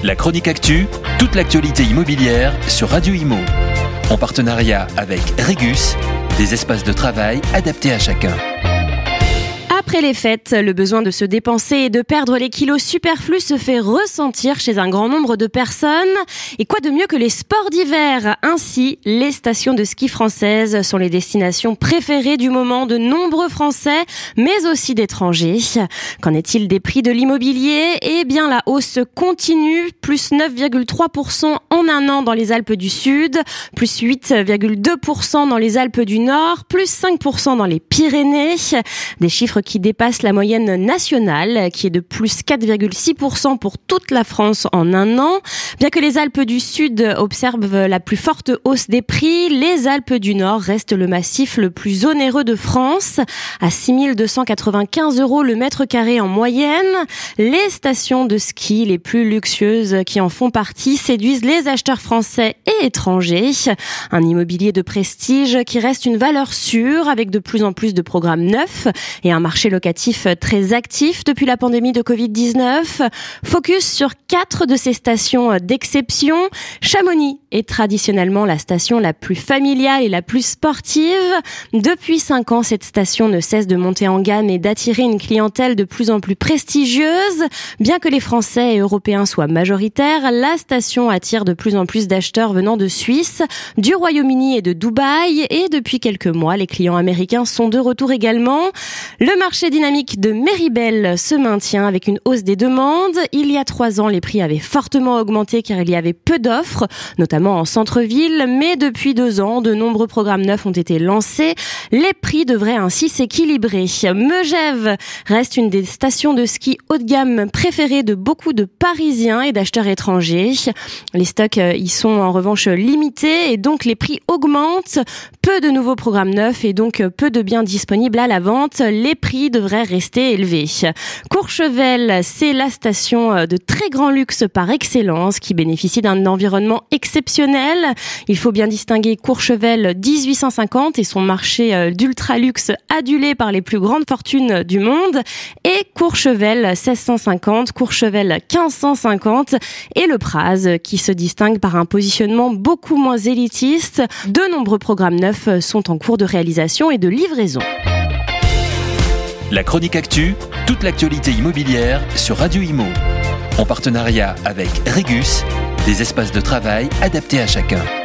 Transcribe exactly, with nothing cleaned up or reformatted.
La chronique actu, toute l'actualité immobilière sur Radio Imo. En partenariat avec Regus, des espaces de travail adaptés à chacun. Après les fêtes, le besoin de se dépenser et de perdre les kilos superflus se fait ressentir chez un grand nombre de personnes. Et quoi de mieux que les sports d'hiver ? Ainsi, les stations de ski françaises sont les destinations préférées du moment de nombreux Français, mais aussi d'étrangers. Qu'en est-il des prix de l'immobilier ? Eh bien, la hausse continue, plus neuf virgule trois pour cent en un an dans les Alpes du Sud, plus huit virgule deux pour cent dans les Alpes du Nord, plus cinq pour cent dans les Pyrénées. Des chiffres qui dépasse la moyenne nationale, qui est de plus quatre virgule six pour cent pour toute la France en un an. Bien que les Alpes du Sud observent la plus forte hausse des prix, les Alpes du Nord restent le massif le plus onéreux de France, à six mille deux cent quatre-vingt-quinze euros le mètre carré en moyenne. Les stations de ski les plus luxueuses qui en font partie séduisent les acheteurs français et étrangers. Un immobilier de prestige qui reste une valeur sûre avec de plus en plus de programmes neufs et un marché locatif très actif depuis la pandémie de covid dix-neuf. Focus sur quatre de ces stations d'exception. Chamonix est traditionnellement la station la plus familiale et la plus sportive. Depuis cinq ans, cette station ne cesse de monter en gamme et d'attirer une clientèle de plus en plus prestigieuse. Bien que les Français et Européens soient majoritaires, la station attire de plus en plus d'acheteurs venant de Suisse, du Royaume-Uni et de Dubaï. Et depuis quelques mois, les clients américains sont de retour également. Le marché dynamique de Méribel se maintient avec une hausse des demandes. Il y a trois ans, les prix avaient fortement augmenté car il y avait peu d'offres, notamment en centre-ville. Mais depuis deux ans, de nombreux programmes neufs ont été lancés. Les prix devraient ainsi s'équilibrer. Megève reste une des stations de ski haut de gamme préférées de beaucoup de Parisiens et d'acheteurs étrangers. Les stocks y sont en revanche limités et donc les prix augmentent. Peu de nouveaux programmes neufs et donc peu de biens disponibles à la vente. Les prix devraient rester élevés. Courchevel, c'est la station de très grand luxe par excellence qui bénéficie d'un environnement exceptionnel. Il faut bien distinguer Courchevel dix-huit cent cinquante et son marché d'ultra luxe adulé par les plus grandes fortunes du monde, et Courchevel seize cent cinquante, Courchevel quinze cent cinquante et le Praz qui se distingue par un positionnement beaucoup moins élitiste. De nombreux programmes neufs sont en cours de réalisation et de livraison. La chronique actu, toute l'actualité immobilière sur Radio Imo. En partenariat avec Regus, des espaces de travail adaptés à chacun.